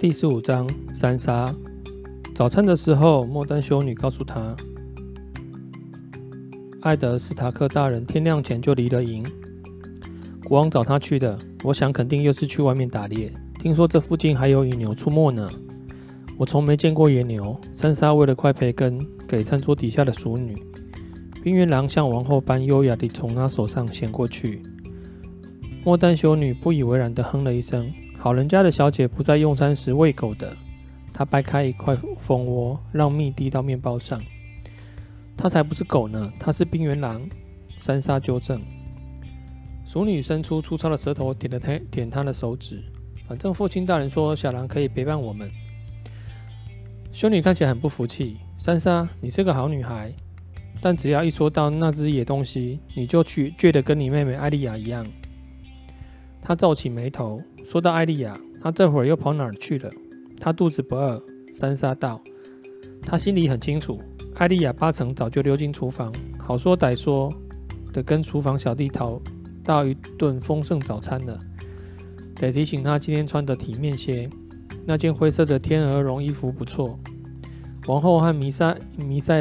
第15章三杀。早餐的时候，莫丹修女告诉他，艾德斯塔克大人天亮前就离了营，国王找他去的。我想肯定又是去外面打猎。听说这附近还有野牛出没呢。我从没见过野牛。三杀为了块培根，给餐桌底下的淑女。冰原狼像王后般优雅地从他手上衔过去。莫丹修女不以为然地哼了一声。好人家的小姐不在用餐时喂狗的。她掰开一块蜂窝，让蜜滴到面包上。她才不是狗呢，她是冰原狼。三杀纠正。淑女伸出粗糙的舌头点她的手指。反正父亲大人说小狼可以陪伴我们。修女看起来很不服气。三杀，你是个好女孩，但只要一说到那只野东西，你就倔得跟你妹妹艾莉亚一样。她皱起眉头。说到艾莉亚，她这会儿又跑哪儿去了？她肚子不饿。三杀道。她心里很清楚，艾莉亚8成早就溜进厨房，好说歹说的跟厨房小弟讨到一顿丰盛早餐了。得提醒她今天穿的体面些，那件灰色的天鹅绒衣服不错。王后和弥赛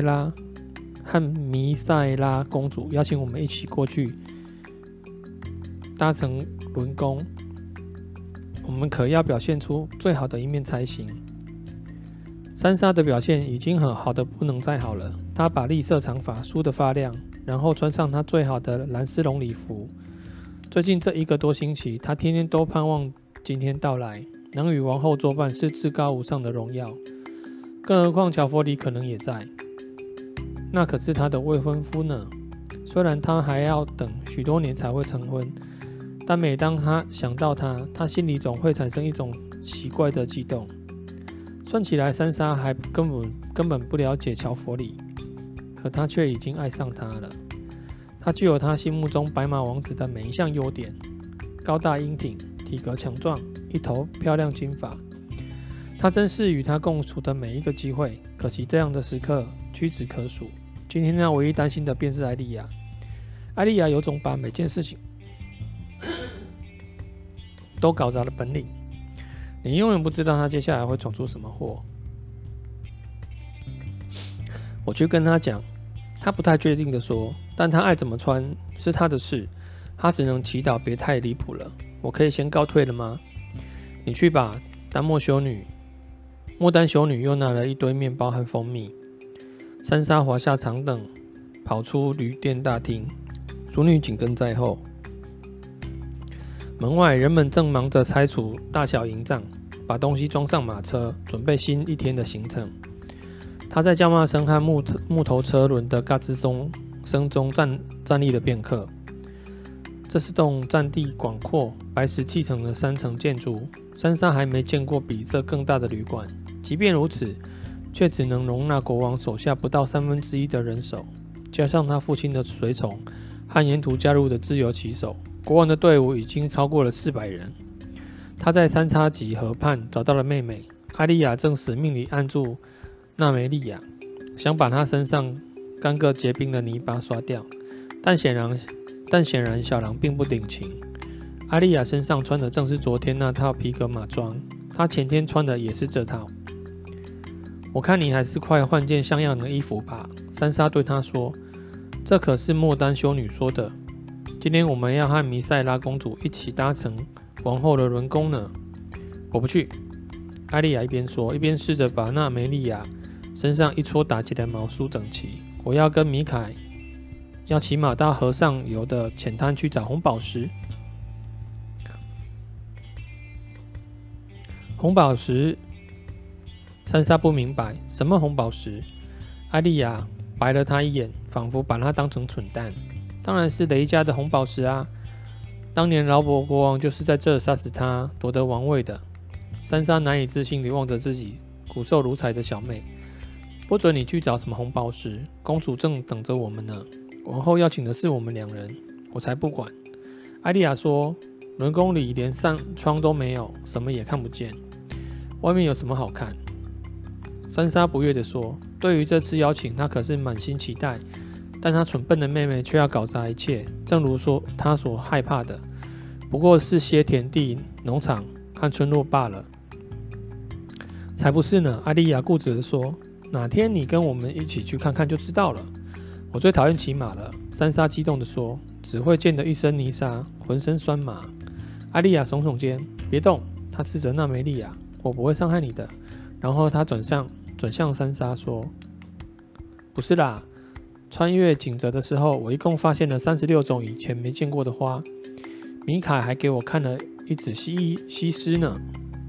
拉公主邀请我们一起过去搭乘轮弓，我们可要表现出最好的一面才行。三杀的表现已经很好的不能再好了。她把栗色长发梳得发亮，然后穿上她最好的蓝丝绒礼服。最近这1个多星期，她天天都盼望今天到来，能与王后作伴是至高无上的荣耀。更何况乔佛里可能也在，那可是她的未婚夫呢。虽然她还要等许多年才会成婚，但每当她想到他，她心里总会产生一种奇怪的悸动。算起来，三杀还根本不了解乔佛里，可他却已经爱上他了。他具有他心目中白马王子的每一项优点：高大英挺，体格强壮，一头漂亮金发。他珍视与他共处的每一个机会，可惜这样的时刻屈指可数。今天他唯一担心的便是艾莉亚。艾莉亚有种把每件事情都搞砸的本领，你永远不知道他接下来会闯出什么祸。我去跟他讲，他不太确定地说，但他爱怎么穿是他的事，他只能祈祷别太离谱了。我可以先告退了吗？你去吧，莫丹修女又拿了一堆面包和蜂蜜。三杀滑下长凳，跑出旅店大厅，淑女紧跟在后。门外人们正忙着拆除大小营帐，把东西装上马车，准备新一天的行程。他在叫骂声和木头车轮的嘎吱声中站立了片刻。这是栋占地广阔、白石砌成的3层建筑。三杀还没见过比这更大的旅馆，即便如此，却只能容纳国王手下不到1/3的人手，加上他父亲的随从和沿途加入的自由骑手。国王的队伍已经超过了400人。他在三叉戟河畔找到了妹妹艾莉亚，正死命地按住纳梅利亚，想把她身上干戈结冰的泥巴刷掉，但显然小狼并不领情。艾莉亚身上穿的正是昨天那套皮革马装，她前天穿的也是这套。我看你还是快换件像样的衣服吧，三杀对她说。这可是莫丹修女说的。今天我们要和弥赛拉公主一起搭乘王后的轮弓呢。我不去。艾莉亚一边说，一边试着把纳梅利亚身上一撮打结的毛梳整齐。我要跟米凯要骑马到河上游的浅滩去找红宝石。红宝石？三杀不明白什么红宝石。艾莉亚白了他一眼，仿佛把他当成蠢蛋。当然是雷家的红宝石啊！当年劳勃国王就是在这儿杀死他，夺得王位的。三杀难以置信地望着自己骨瘦如柴的小妹。不准你去找什么红宝石，公主正等着我们呢。王后邀请的是我们2人，我才不管。艾莉亚说，轮宫里连扇窗都没有，什么也看不见，外面有什么好看？三杀不悦地说，对于这次邀请，他可是满心期待。但他蠢笨的妹妹却要搞砸一切，正如说他所害怕的，不过是些田地、农场和村落罢了。 才不是呢！艾莉亚固执地说：“哪天你跟我们一起去看看就知道了。”我最讨厌骑马了，珊莎激动地说：“只会溅得一身泥沙，浑身酸麻。”艾莉亚耸耸肩：“别动！”她斥责娜梅利亚：“我不会伤害你的。”然后她转向珊莎说：“不是啦，穿越井泽的时候，我一共发现了36种以前没见过的花。米卡还给我看了一纸西施呢。”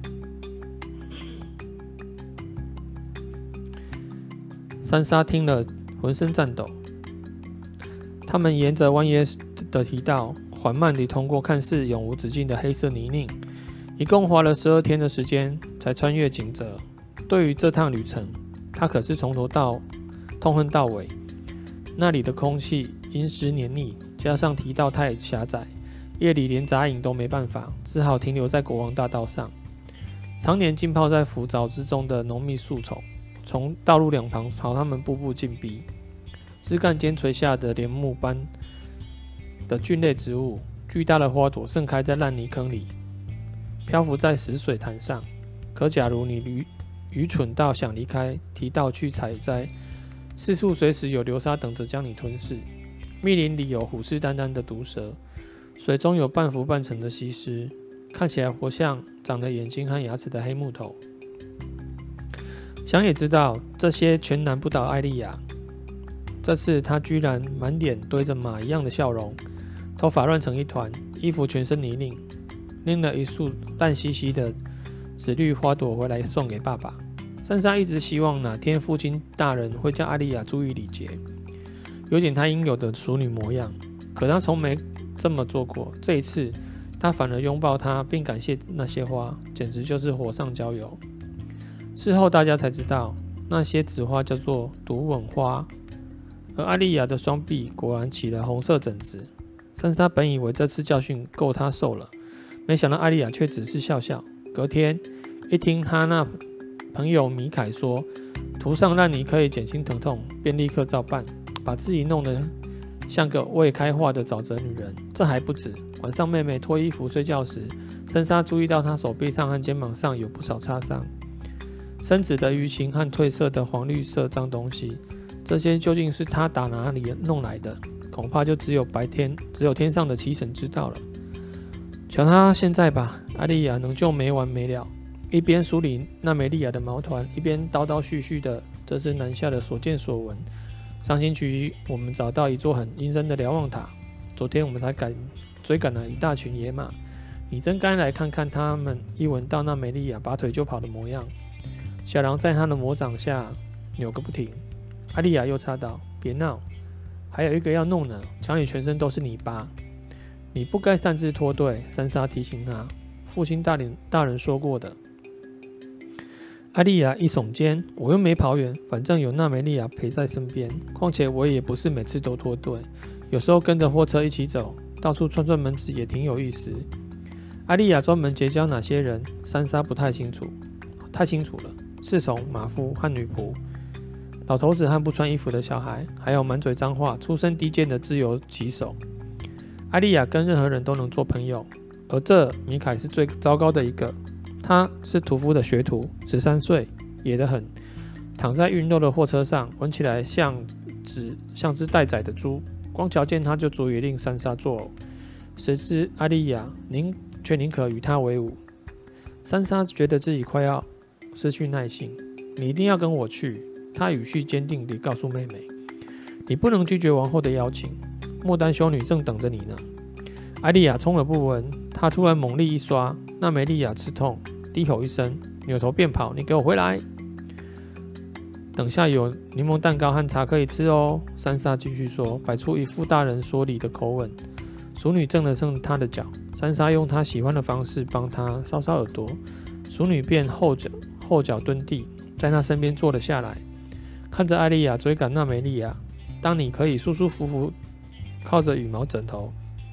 珊莎听了，浑身颤抖。他们沿着蜿蜒的堤道，缓慢地通过看似永无止境的黑色泥泞，一共花了12天的时间才穿越井泽。对于这趟旅程，他可是从头到痛恨到尾。那里的空气阴湿黏腻，加上堤道太狭窄，夜里连眨眼都没办法，只好停留在国王大道上。常年浸泡在浮藻之中的浓密树丛，从道路两旁朝他们步步紧逼，枝干间垂下的莲木般的菌类植物，巨大的花朵盛开在烂泥坑里，漂浮在死水潭上。可假如你愚蠢到想离开堤道去采摘，四处随时有流沙等着将你吞噬。密林里有虎视眈眈的毒蛇，水中有半浮半沉的西施，看起来活像长了眼睛和牙齿的黑木头。想也知道，这些全难不倒艾莉亚。这次她居然满脸堆着马一样的笑容，头发乱成一团，衣服全身泥泞，拎了一束烂兮兮的紫绿花朵回来送给爸爸。珊莎一直希望哪天父亲大人会叫艾莉亚注意礼节，有点她应有的淑女模样。可她从没这么做过，这一次她反而拥抱她，并感谢那些花，简直就是火上浇油。事后大家才知道，那些紫花叫做毒吻花，而艾莉亚的双臂果然起了红色疹子。珊莎本以为这次教训够她受了，没想到艾莉亚却只是笑笑。隔天一听她那朋友米凯说涂上烂泥可以减轻疼痛，便立刻照办，把自己弄得像个未开化的沼泽女人。这还不止，晚上妹妹脱衣服睡觉时，珊莎注意到她手臂上和肩膀上有不少擦伤，深紫的淤青和褪色的黄绿色脏东西，这些究竟是她打哪里弄来的？恐怕就只有天上的七神知道了。瞧她现在吧，艾莉亚仍旧没完没了，一边梳理娜美利亚的毛团，一边叨叨絮絮的这是南下的所见所闻。上星期我们找到一座很阴森的瞭望塔，昨天我们才追赶了一大群野马，你真该来看看他们一闻到娜美利亚拔腿就跑的模样。小狼在他的魔掌下扭个不停。艾莉亚又插道：“别闹，还有一个要弄呢，瞧你全身都是泥巴。”你不该擅自脱队，珊莎提醒他，父亲大人说过的。艾莉亚一耸肩：“我又没跑远，反正有娜美利亚陪在身边。况且我也不是每次都脱队，有时候跟着货车一起走，到处串串门子也挺有意思。”艾莉亚专门结交哪些人，珊莎不太清楚了。侍从、马夫和女仆，老头子和不穿衣服的小孩，还有满嘴脏话、出身低贱的自由骑手。艾莉亚跟任何人都能做朋友，而这米凯是最糟糕的一个。他是屠夫的学徒，13岁，野得很，躺在运肉的货车上，闻起来像只待宰的猪。光瞧见他就足以令珊莎作呕。谁知艾莉亚却宁可与他为伍。珊莎觉得自己快要失去耐性。你一定要跟我去，她语气坚定地告诉妹妹。你不能拒绝王后的邀请，莫丹修女正等着你呢。艾莉亚充耳不闻，她突然猛力一刷，娜美利亚吃痛，低吼一声，扭头便跑。你给我回来！等下有柠檬蛋糕和茶可以吃哦。珊莎继续说，摆出一副大人说理的口吻。淑女正了正她的脚，珊莎用她喜欢的方式帮她搔搔耳朵，淑女便后脚蹲地，在她身边坐了下来，看着艾莉亚追赶娜美利亚。当你可以舒舒服服靠着羽毛枕头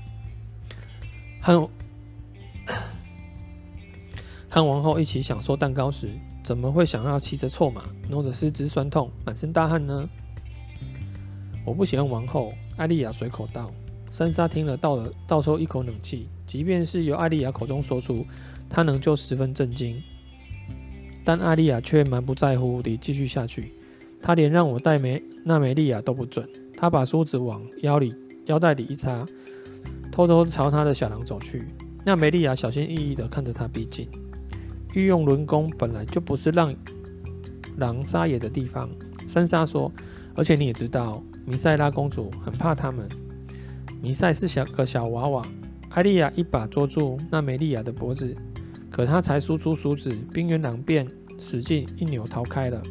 和王后一起享受蛋糕时，怎么会想要骑着臭马，弄得四肢酸痛，满身大汗呢？我不喜欢王后，艾莉亚随口道。珊莎听了倒抽一口冷气，即便是由艾莉亚口中说出，她仍旧十分震惊。 但艾莉亚却蛮不在乎地继续下去。她连让我带娜美利亚都不准。她把梳子往腰带里一插，偷偷朝她的小狼走去。娜美利亚小心翼翼地看着她逼近。御用轮宫本来就不是让狼撒野的地方，珊莎说。而且你也知道，弥赛拉公主很怕他们。弥赛是个小娃娃。艾莉亚一把捉住娜美利亚的脖子，可她才输出梳子，冰原狼便使劲一扭逃开了。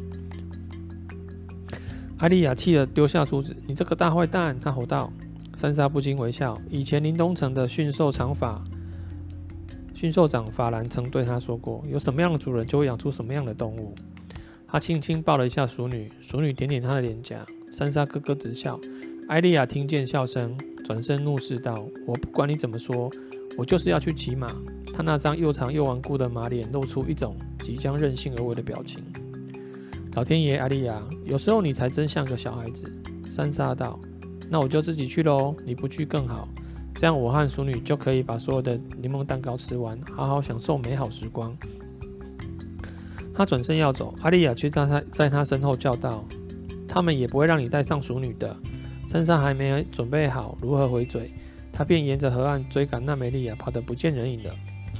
艾莉亚气得丢下梳子：“你这个大坏蛋！”她吼道。珊莎不禁微笑。以前林东城的驯兽长法兰曾对她说过：“有什么样的主人，就会养出什么样的动物。”他轻轻抱了一下淑女，淑女点点他的脸颊。珊莎咯咯直笑。艾莉亚听见笑声，转身怒视道：“我不管你怎么说，我就是要去骑马。”他那张又长又顽固的马脸露出一种即将任性而为的表情。老天爷，艾莉亚，有时候你才真像个小孩子。珊莎道：“那我就自己去喽，你不去更好。这样我和淑女就可以把所有的柠檬蛋糕吃完，好好享受美好时光。”他转身要走，艾莉亚却在他身后叫道：“他们也不会让你带上淑女的。”珊莎还没准备好如何回嘴，他便沿着河岸追赶娜美利亚，跑得不见人影了。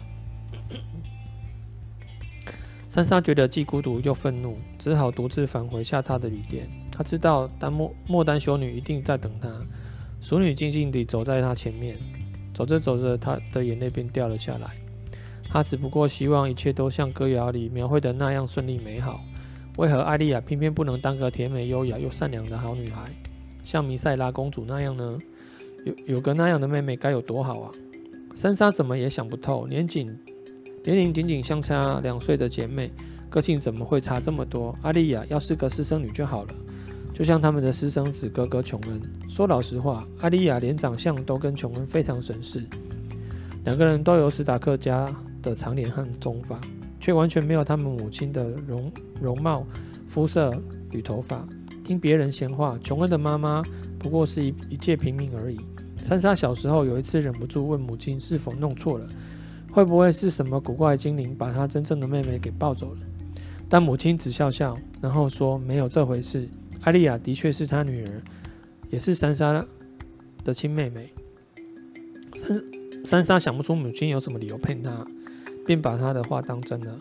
珊莎觉得既孤独又愤怒，只好独自返回下榻的旅店。她知道莫丹修女一定在等她。淑女静静地走在她前面，走着走着，她的眼泪便掉了下来。他只不过希望一切都像歌谣里描绘的那样顺利美好。为何艾莉亚偏偏不能当个甜美优雅又善良的好女孩，像弥赛拉公主那样呢？有个那样的妹妹该有多好啊！珊莎怎么也想不透，年龄仅仅相差2岁的姐妹，个性怎么会差这么多？艾莉亚要是个私生女就好了，就像他们的私生子哥哥琼恩。说老实话，艾莉亚连长相都跟琼恩非常神似，两个人都有史塔克家的长脸和棕发，却完全没有他们母亲的容貌、肤色与头发。听别人闲话，琼恩的妈妈不过是一介平民而已。珊莎小时候有一次忍不住问母亲是否弄错了，会不会是什么古怪精灵把她真正的妹妹给抱走了？但母亲只笑笑，然后说没有这回事。艾莉亚的确是她女儿，也是珊莎的亲妹妹。珊莎想不出母亲有什么理由骗她，便把她的话当真了。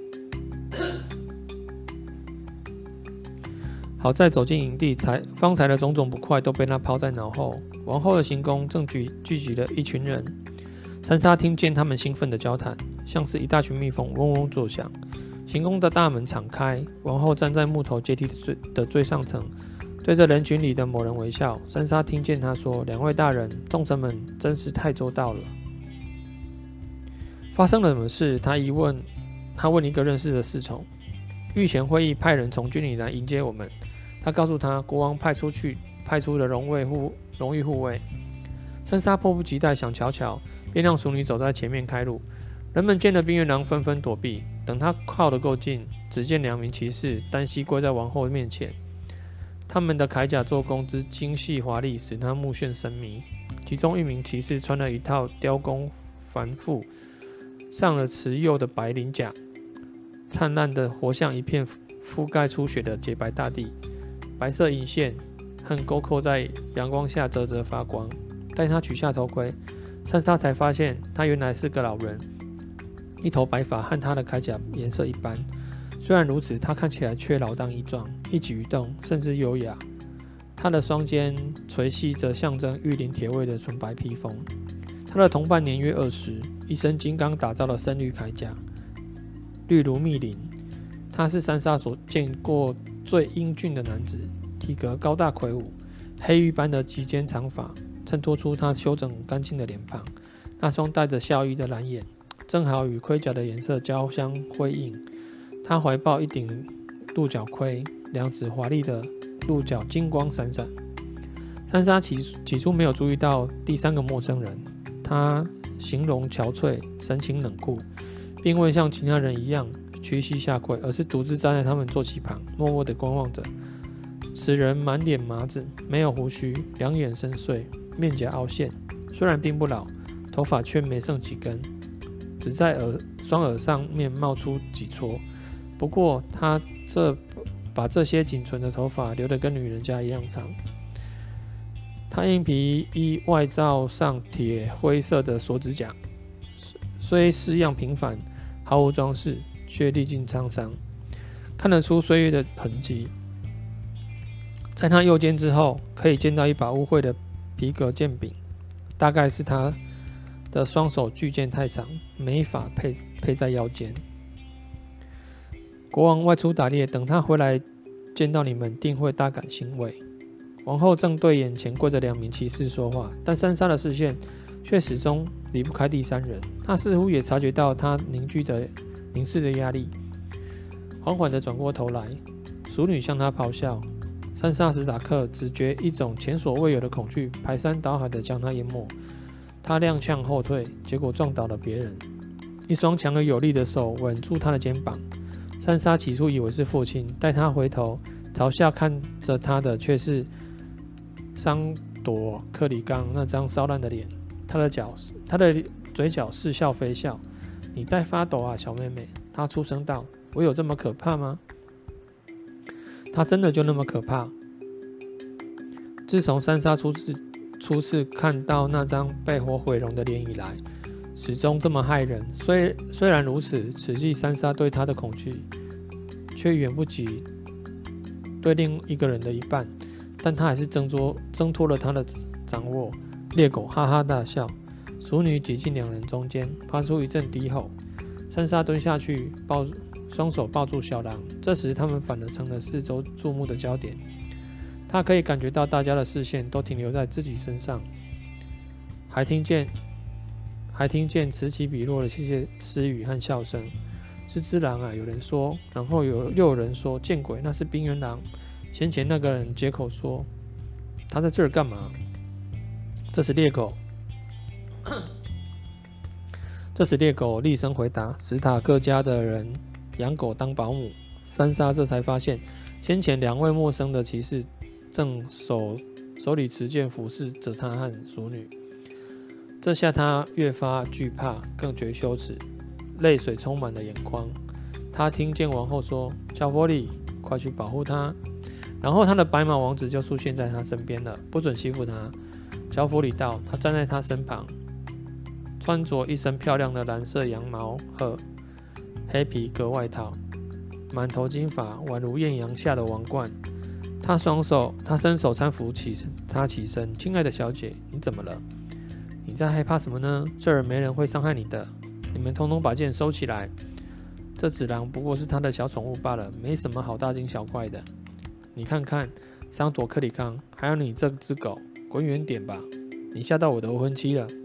好在走进营地，方才的种种不快都被她抛在脑后。王后的行宫正聚集了一群人，珊莎听见他们兴奋的交谈，像是一大群蜜蜂嗡嗡作响。行宫的大门敞开，王后站在木头阶梯的最上层，对着人群里的某人微笑。珊莎听见他说：“两位大人，众臣们真是太周到了。”发生了什么事？他问一个认识的侍从。御前会议派人从军里来迎接我们。他告诉他，国王派出了荣誉护卫。珊莎迫不及待想瞧瞧，便让淑女走在前面开路。人们见了冰原狼，纷纷躲避。等他靠得够近，只见2名骑士单膝跪在王后面前。他们的铠甲做工之精细华丽，使他目眩神迷。其中一名骑士穿了一套雕工繁复、上了瓷釉的白鳞甲，灿烂的活像一片覆盖出雪的洁白大地，白色银线和钩扣在阳光下啧啧发光。待他取下头盔，珊莎才发现他原来是个老人，一头白发和他的铠甲颜色一般。虽然如此，他看起来却老当益壮，一举一动甚至优雅。他的双肩垂系着象征玉林铁卫的纯白披风。他的同伴年约20，一身金刚打造的深绿铠甲，绿如密林。他是珊莎所见过最英俊的男子，体格高大魁梧，黑玉般的及肩长发衬托出他修整干净的脸庞，那双带着笑意的蓝眼正好与盔甲的颜色交相辉映。他怀抱一顶鹿角盔，两指华丽的鹿角金光闪闪。珊莎起初没有注意到第3个陌生人，他形容憔悴，神情冷酷，并未像其他人一样屈膝下跪，而是独自站在他们坐骑旁，默默地观望着。此人满脸麻子，没有胡须，两眼深邃，面颊凹陷，虽然并不老，头发却没剩几根，只在双耳上面冒出几撮， 不过他把这些仅存的头发留得跟女人家一样长。他硬皮衣外罩上铁灰色的锁指甲，虽式样平凡，毫无装饰，却历尽沧桑，看得出岁月的痕迹。在他右肩之后，可以见到一把污秽的皮革剑柄，大概是他的双手巨剑太长，没法配在腰间。国王外出打猎，等他回来见到你们，定会大感欣慰。王后正对眼前跪着2名骑士说话，但珊莎的视线却始终离不开第三人。她似乎也察觉到他凝视的压力，缓缓地转过头来。熟女向她咆哮。珊莎·史塔克只觉一种前所未有的恐惧排山倒海地将她淹没。她踉跄后退，结果撞倒了别人。一双强而有力的手稳住她的肩膀。珊莎起初以为是父亲，待她回头朝下看着她的却是桑朵·克里冈那张烧烂的脸。他的嘴角似笑非笑。你在发抖啊，小妹妹。他出声道：“我有这么可怕吗？”他真的就那么可怕？自从珊莎初次看到那张被火毁容的脸以来，始终这么害人。虽然如此，此际珊莎对他的恐惧却远不及对另一个人的一半。但他还是挣脱了他的掌握。猎狗哈哈大笑，熟女挤进2人中间，发出一阵低吼。珊莎蹲下去，双手抱住小狼。这时他们反而成了四周注目的焦点。他可以感觉到大家的视线都停留在自己身上，还听见此起彼落的窃窃私语和笑声。是只狼啊，有人说，然后又有人说见鬼，那是冰原狼。先前那个人接口说：“他在这儿干嘛？”这时猎狗厉声回答：“史塔克家的人养狗当保姆。”珊莎这才发现，先前2位陌生的骑士正手里持剑俯视着他和熟女。这下他越发惧怕，更觉羞耻，泪水充满了眼眶。他听见王后说：“乔佛里，快去保护他。”然后他的白马王子就出现在他身边了，不准欺负他。乔佛里道，他站在他身旁，穿着一身漂亮的蓝色羊毛和黑皮革外套，满头金发，宛如艳阳下的王冠。他伸手搀扶他起身。亲爱的小姐，你怎么了？你在害怕什么呢？这儿没人会伤害你的。你们通通把剑收起来。这只狼不过是他的小宠物罢了，没什么好大惊小怪的。你看看，桑朵克里康，还有你这只狗，滚远点吧！你吓到我的未婚妻了。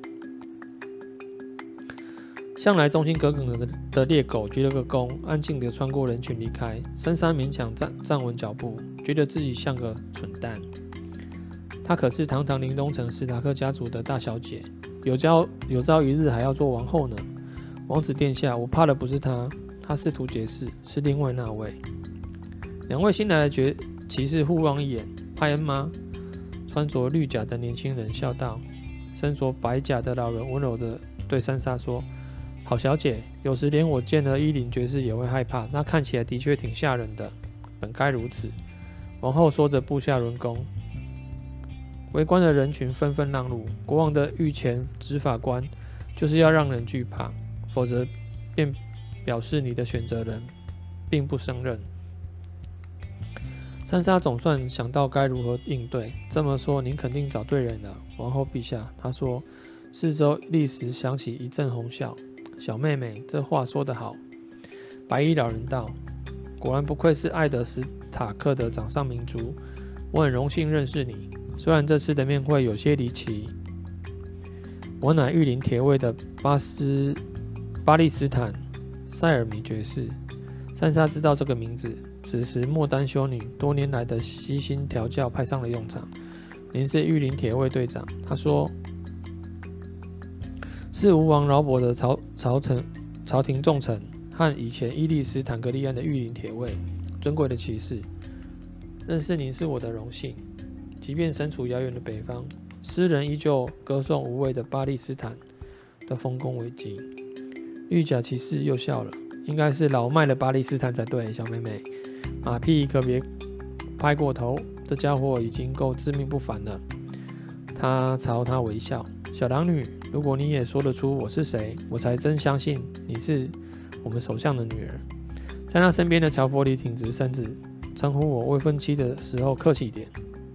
向来忠心耿耿的猎狗鞠了个躬，安静地穿过人群离开。珊莎勉强站稳脚步，觉得自己像个蠢蛋。她可是堂堂林东城史塔克家族的大小姐，有朝一日还要做王后呢。王子殿下，我怕的不是他。他试图解释，是另外那位。2位新来的骑士互望一眼。派恩吗？穿着绿甲的年轻人笑道。身着白甲的老人温柔地对珊莎说：“好小姐，有时连我见了伊林爵士也会害怕，那看起来的确挺吓人的。本该如此。”王后说着步下伦宫。围观的人群纷纷让路。国王的御前执法官就是要让人惧怕，否则便表示你的选择人并不胜任。珊莎总算想到该如何应对。这么说，您肯定找对人了，王后陛下。她说，四周立时响起一阵哄笑。小妹妹，这话说得好。白衣老人道：“果然不愧是艾德史塔克的掌上明珠，我很荣幸认识你。虽然这次的面会有些离奇，我乃御林铁卫的巴利斯坦·塞尔米爵士。”珊莎知道这个名字。此时，莫丹修女多年来的悉心调教派上了用场。您是御林铁卫队长，她说，是吴王饶伯的朝廷重臣和以前伊利斯坦格利安的御林铁卫，尊贵的骑士。认识您是我的荣幸。即便身处遥远的北方，诗人依旧歌颂无畏的巴利斯坦的丰功伟绩。御甲骑士又笑了。 应该是老迈的巴基斯坦才对，小妹妹。马屁可别拍过头，这家伙已经够自命不凡了。他朝她微笑，小狼女，如果你也说得出我是谁，我才真相信你是我们首相的女儿。在他身边的乔佛里挺直身子，称呼我未婚妻的时候客气一点。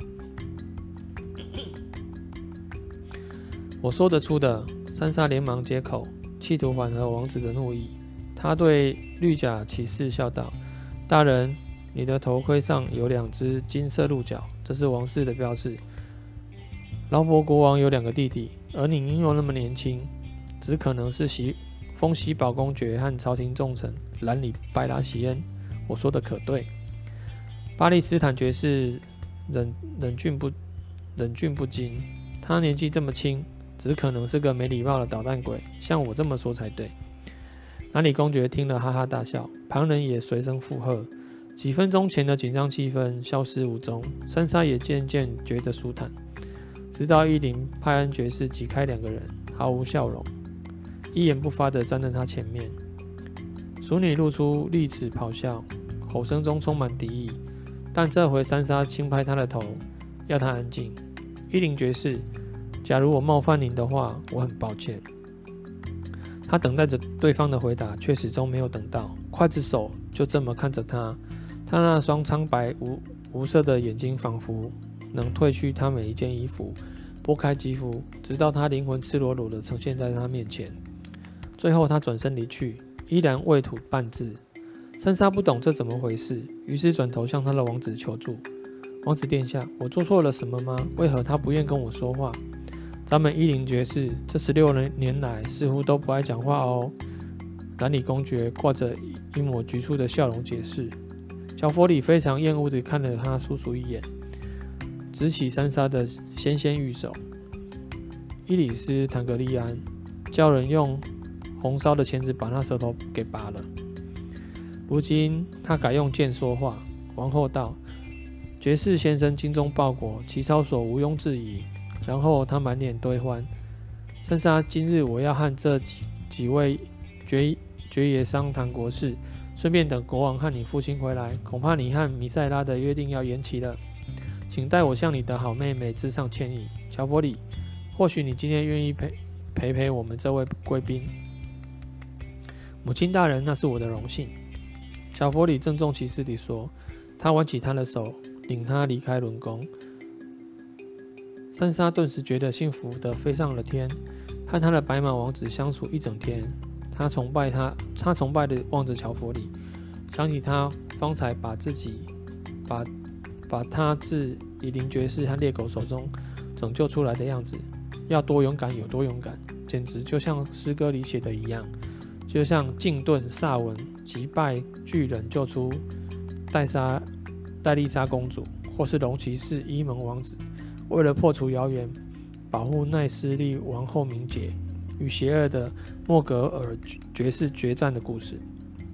我说得出的。珊莎连忙接口，企图缓和王子的怒意。他对绿甲骑士笑道：“大人，你的头盔上有2只金色鹿角，这是王室的标志。劳勃国王有2个弟弟，而你又那么年轻，只可能是风喜堡公爵和朝廷重臣兰里拜拉席恩。我说的可对？”巴利斯坦爵士冷峻不惊，他年纪这么轻。只可能是个没礼貌的捣蛋鬼，像我这么说才对。兰里公爵听了哈哈大笑，旁人也随声附和。几分钟前的紧张气氛消失无踪，珊莎也渐渐觉得舒坦。直到伊林派恩爵士挤开2个人，毫无笑容，一言不发地站在他前面。淑女露出利齿咆哮，吼声中充满敌意，但这回珊莎轻拍他的头，要他安静。伊林爵士，假如我冒犯您的话，我很抱歉。他等待着对方的回答，却始终没有等到。刽子手就这么看着他，他那双苍白无色的眼睛仿佛能褪去他每一件衣服，剥开肌肤，直到他灵魂赤裸裸地呈现在他面前。最后他转身离去，依然未吐半字。珊莎不懂这怎么回事，于是转头向他的王子求助：“王子殿下，我做错了什么吗？为何他不愿跟我说话？”咱们伊林爵士这16年来似乎都不爱讲话哦。兰里公爵挂着一抹局促的笑容解释。乔佛里非常厌恶地看了他叔叔一眼，执起珊莎的纤纤玉手。伊里斯坦格利安叫人用红烧的钳子把他舌头给拔了。如今他改用剑说话。王后道：“爵士先生精忠报国，其操守毋庸置疑。”然后他满脸堆欢。珊莎，今日我要和这几位爵爷商谈国事，顺便等国王和你父亲回来，恐怕你和米塞拉的约定要延期了。请代我向你的好妹妹致上歉意。乔佛里，或许你今天愿意陪我们这位贵宾。母亲大人，那是我的荣幸。乔佛里郑重其事地说。他挽起她的手，领她离开伦宫。珊莎顿时觉得幸福地飞上了天，和他的白马王子相处一整天。他崇拜地望着乔佛里，想起他方才把他自伊林爵士和猎狗手中拯救出来的样子，要多勇敢有多勇敢，简直就像诗歌里写的一样，就像静顿萨文击败巨人救出戴丽莎公主，或是龙骑士伊蒙王子为了破除谣言，保护奈斯利王后明洁，与邪恶的莫格尔爵士决战的故事。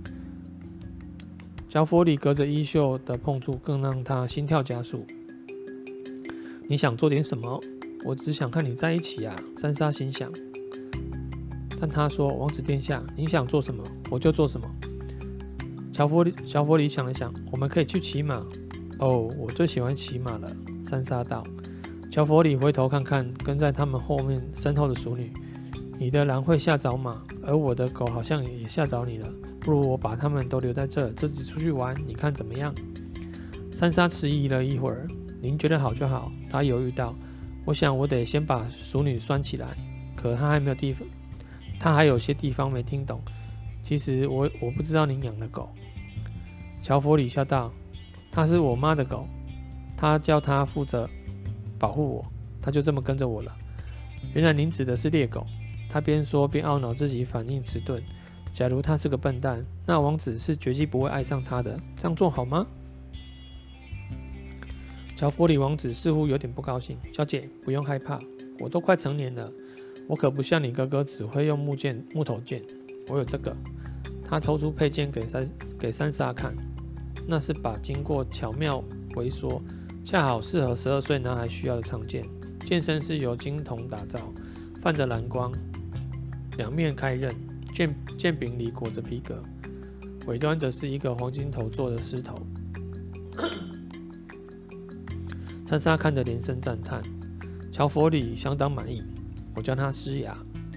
乔佛里隔着衣袖的碰触更让他心跳加速。你想做点什么？我只想和你在一起啊，珊莎心想。但他说：“王子殿下，你想做什么，我就做什么。”乔佛里想了想，我们可以去骑马。哦，我最喜欢骑马了，珊莎道。乔佛里回头看看跟在他们身后的淑女。你的狼会吓着马，而我的狗好像也吓着你了。不如我把他们都留在这，自己出去玩，你看怎么样？珊莎迟疑了一会儿，您觉得好就好。她犹豫道：“我想我得先把淑女拴起来。”可她还有些地方没听懂。其实我不知道您养的狗。乔佛里笑道：“她是我妈的狗，她叫她负责保护我，她就这么跟着我了。”原来您指的是猎狗。他边说边懊恼自己反应迟钝。假如他是个笨蛋，那王子是绝技不会爱上他的。这样做好吗？乔佛里王子似乎有点不高兴。小姐，不用害怕，我都快成年了，我可不像你哥哥只会用木头剑。我有这个。他抽出佩剑给珊莎看，那是把经过巧妙微缩，恰好适合12岁男孩需要的长剑。剑身是由金铜打造，泛着蓝光，两面开刃，剑柄里裹着皮革。 尾端则是一个黄金头做的狮头。珊莎看着连声赞叹，乔佛里相当满意，我叫他狮牙。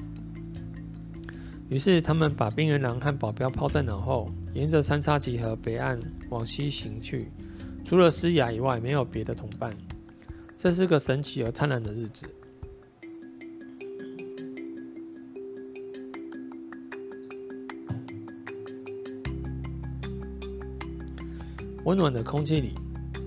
于是他们把冰原狼和保镖抛在脑后，沿着三叉戟河北岸往西行去。除了狮牙以外，没有别的同伴。这是个神奇而灿烂的日子。温暖的空气里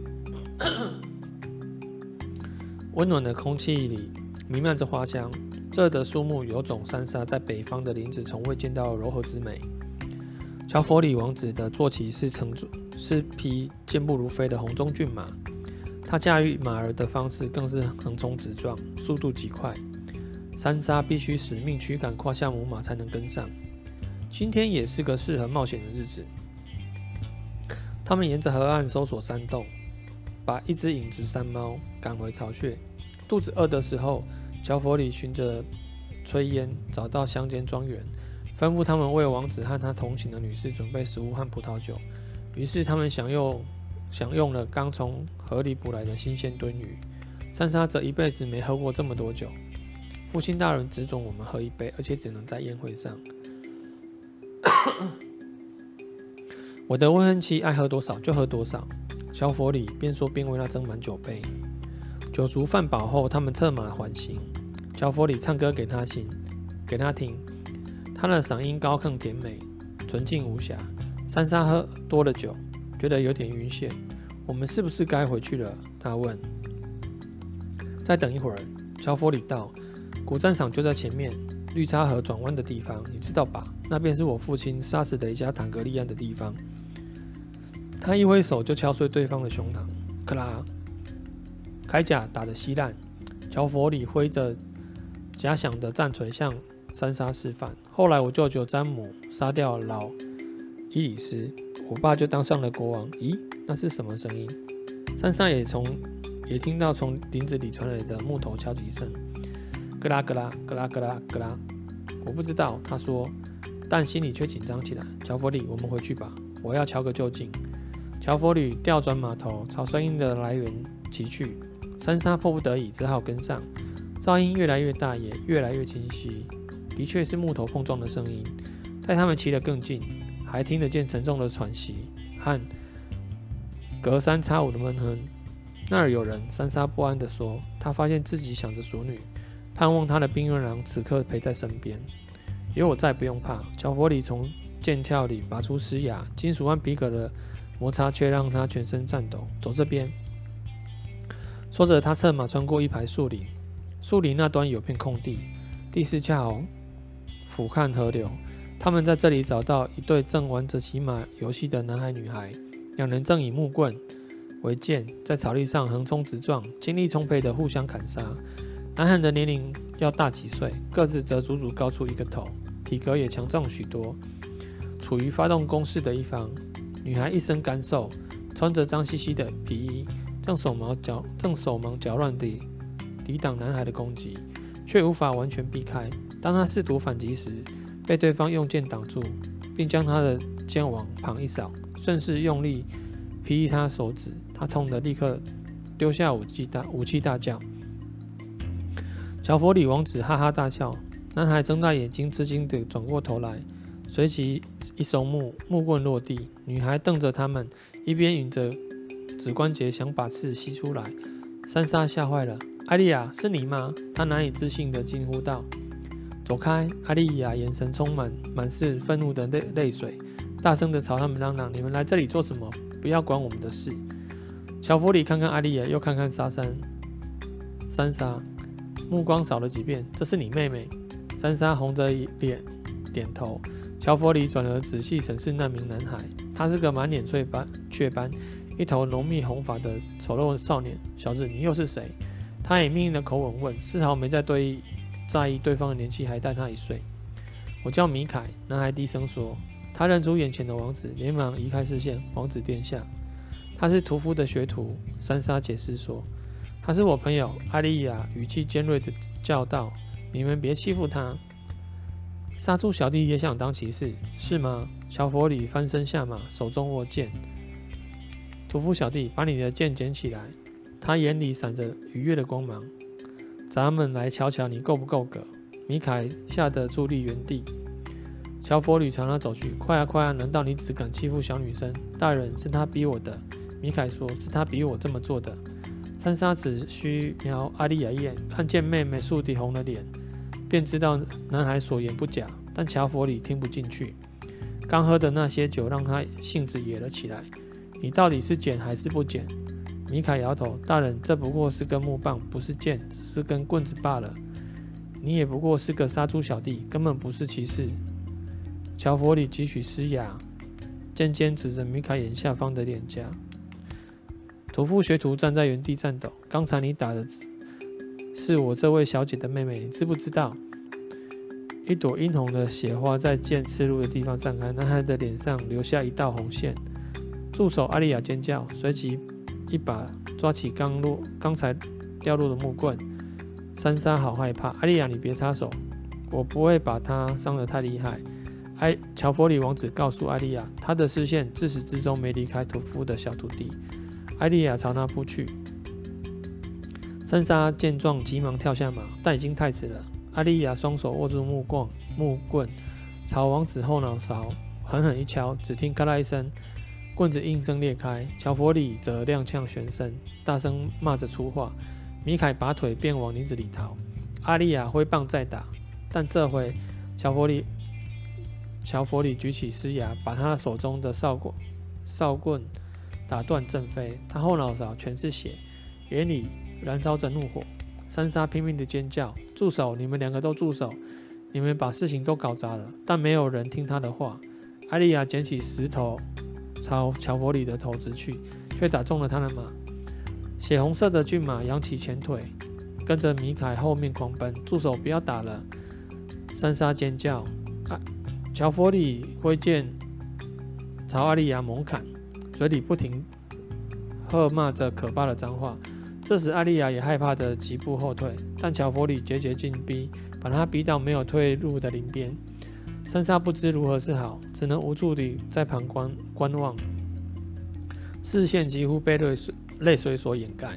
弥漫着花香。这儿的树木有种珊莎在北方的林子从未见到柔和之美。乔佛里王子的坐骑是匹健步如飞的红鬃骏马，他驾驭马儿的方式更是横冲直撞，速度极快。珊莎必须使命驱赶胯下母马才能跟上。今天也是个适合冒险的日子。他们沿着河岸搜索山洞，把一只影子山猫赶回巢穴。肚子饿的时候，乔佛里循着炊烟找到乡间庄园，吩咐他们为王子和他同行的女士准备食物和葡萄酒。于是他们享用了刚从河里捕来的新鲜炖鱼。珊莎则一辈子没喝过这么多酒。父亲大人只准我们喝一杯，而且只能在宴会上。我的未婚妻爱喝多少就喝多少。乔佛里边说边为他斟满酒杯。酒足饭饱后，他们策马缓行。乔佛里唱歌给他听，他的嗓音高亢甜美，纯净无瑕。珊莎喝多了酒，觉得有点晕眩。我们是不是该回去了？他问。再等一会儿，乔佛里道，古战场就在前面，绿叉河转弯的地方，你知道吧？那便是我父亲杀死雷加坦格利安的地方。他一挥手就敲碎对方的胸膛，克拉！铠甲打得稀烂。乔佛里挥着假想的战锤向珊莎示范。后来我舅舅詹姆杀掉老伊里斯，我爸就当上了国王。咦，那是什么声音？珊莎也听到从林子里传来的木头敲击声，咯啦咯啦咯啦咯啦咯啦。我不知道，他说，但心里却紧张起来。乔佛里，我们回去吧，我要瞧个究竟。乔佛里调转马头，朝声音的来源骑去。珊莎迫不得已，只好跟上。噪音越来越大，也越来越清晰。的确是木头碰撞的声音。待他们骑得更近，还听得见沉重的喘息和隔三差五的闷哼。那儿有人，珊莎不安地说。她发现自己想着熟女，盼望她的冰原狼此刻陪在身边。有我在，不用怕。乔佛里从剑鞘里拔出狮牙，金属和皮革的摩擦却让他全身颤抖。走这边。说着，他策马穿过一排树林，树林那端有片空地，地势恰好俯瞰河流。他们在这里找到一对正玩着骑马游戏的男孩女孩，两人正以木棍为剑，在草地上横冲直撞，精力充沛地互相砍杀。男孩的年龄要大几岁，个子则足足高出一个头，体格也强壮许多，处于发动攻势的一方。女孩一身干瘦，穿着脏兮兮的皮衣，正手忙脚乱地抵挡男孩的攻击，却无法完全避开。当他试图反击时，被对方用剑挡住，并将他的剑往旁一扫，顺势用力劈他手指。他痛得立刻丢下武器大叫。乔佛里王子哈哈大笑，男孩睁大眼睛，吃惊地转过头来，随即一收木棍落地。女孩瞪着他们，一边吮着指关节想把刺吸出来。珊莎吓坏了，艾莉亚，是你吗？她难以置信地惊呼道。走开！艾莉亚眼神充满是愤怒的泪水，大声地朝他们嚷嚷：“你们来这里做什么？不要管我们的事！”乔佛里看看艾莉亚，又看看珊莎，目光扫了几遍。这是你妹妹。珊莎红着脸点头。乔佛里转而仔细审视那名男孩，他是个满脸雀斑、一头浓密红发的丑陋少年。小子，你又是谁？他以命令的口吻问，丝毫没在意对方的年纪，还大他1岁。我叫米凯，男孩低声说。他认出眼前的王子，连忙移开视线。王子殿下，他是屠夫的学徒。珊莎解释说。他是我朋友。艾莉亚语气尖锐地叫道：“你们别欺负他。” 杀猪小弟也想当骑士，是吗？乔佛里翻身下马，手中握剑。屠夫小弟，把你的剑捡起来。他眼里闪着愉悦的光芒。咱们来瞧瞧你够不够格。米凯吓得伫立原地。乔佛里朝他走去，快啊快啊！难道你只敢欺负小女生？大人，是他逼我的。米凯说，是他逼我这么做的。三莎只需瞄阿丽亚一眼，看见妹妹素迪红了脸，便知道男孩所言不假。但乔佛里听不进去，刚喝的那些酒让他性子野了起来。你到底是捡还是不捡？米凯摇头，大人，这不过是根木棒，不是剑，只是根棍子罢了。你也不过是个杀猪小弟，根本不是骑士。乔佛里汲取嘶哑，尖尖指着米凯眼下方的脸颊。屠夫学徒站在原地颤抖。刚才你打的是我这位小姐的妹妹，你知不知道？一朵殷红的血花在剑刺入的地方散开，男孩的脸上留下一道红线。住手！阿丽亚尖叫，随即一把抓起刚才掉落的木棍。三莎好害怕，阿丽亚，你别插手，我不会把她伤得太厉害。乔佛里王子告诉艾丽亚，他的视线自始至终没离开屠夫的小徒弟。艾丽亚朝他扑去，三莎见状急忙跳下马，但已经太迟了。艾丽亚双手握住木棍，朝王子后脑勺狠狠一敲，只听咔啦一声，棍子应声裂开。乔佛里则踉跄旋身，大声骂着粗话。米凯拔腿便往林子里逃。阿丽亚挥棒再打，但这回乔佛里举起狮牙，把他手中的哨棍打断震飞。他后脑勺全是血，眼里燃烧着怒火。三莎拼命的尖叫：“住手！你们两个都住手！你们把事情都搞砸了！”但没有人听他的话。艾丽亚捡起石头朝乔佛里的头直去，却打中了他的马。血红色的骏马扬起前腿，跟着米凯后面狂奔。住手！不要打了！三莎尖叫。乔佛里挥剑朝阿丽亚猛砍，嘴里不停喝骂着可怕的脏话。这时阿丽亚也害怕的疾步后退，但乔佛里节节进逼，把他逼到没有退路的林边。三莎不知如何是好，只能无助地在旁观望，视线几乎被泪水所掩盖。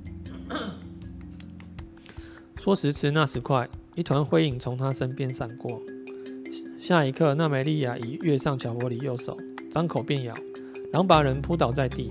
说时迟，那时快，一团灰影从他身边闪过。下一刻，娜美利亚已跃上乔佛里右手，张口便咬，狼把人扑倒在地。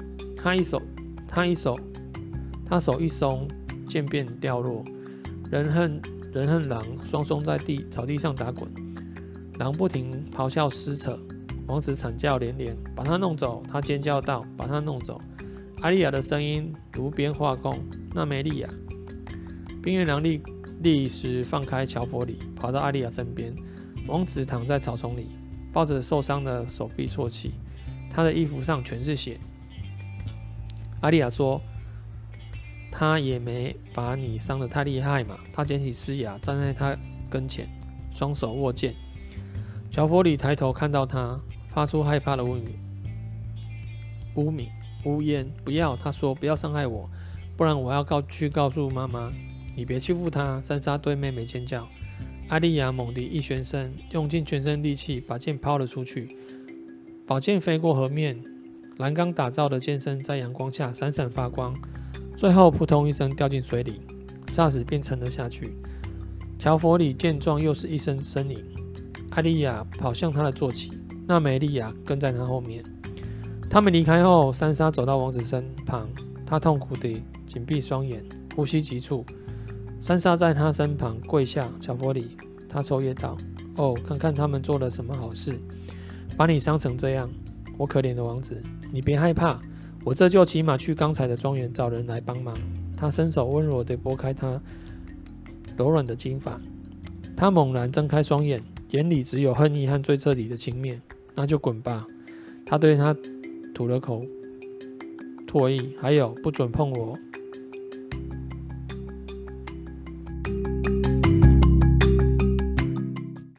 他手一松，剑便掉落。人和狼双双在草地上打滚，狼不停咆哮撕扯。王子惨叫连连，把他弄走！他尖叫道：“把他弄走！”阿丽亚的声音如鞭画弓。娜美利亚，冰原狼立时放开乔佛里，跑到阿丽亚身边。王子躺在草丛里，抱着受伤的手臂啜泣，他的衣服上全是血。阿丽亚说：“他也没把你伤得太厉害嘛。”他捡起狮牙，站在他跟前，双手握剑。乔佛里抬头看到他，发出害怕的呜咽。不要，他说，不要伤害我，不然我要去告诉妈妈。你别欺负他！三莎对妹妹尖叫。阿丽亚猛地一旋身，用尽全身力气把剑抛了出去。宝剑飞过河面，蓝钢打造的剑身在阳光下闪闪发光，最后扑通一声掉进水里，霎时便沉了下去。乔佛里见状，又是一声呻吟。阿丽亚跑向他的坐骑，娜美利亚跟在他后面。他们离开后，三莎走到王子身旁，他痛苦地紧闭双眼，呼吸急促。三莎在他身旁跪下，乔佛里，他抽噎道：“哦，看看他们做了什么好事，把你伤成这样，我可怜的王子，你别害怕，我这就骑马去刚才的庄园找人来帮忙。”他伸手温柔地拨开他柔软的金发，他猛然睁开双眼，眼里只有恨意和最彻底的轻蔑。那就滚吧！他对他吐了口唾液，还有不准碰我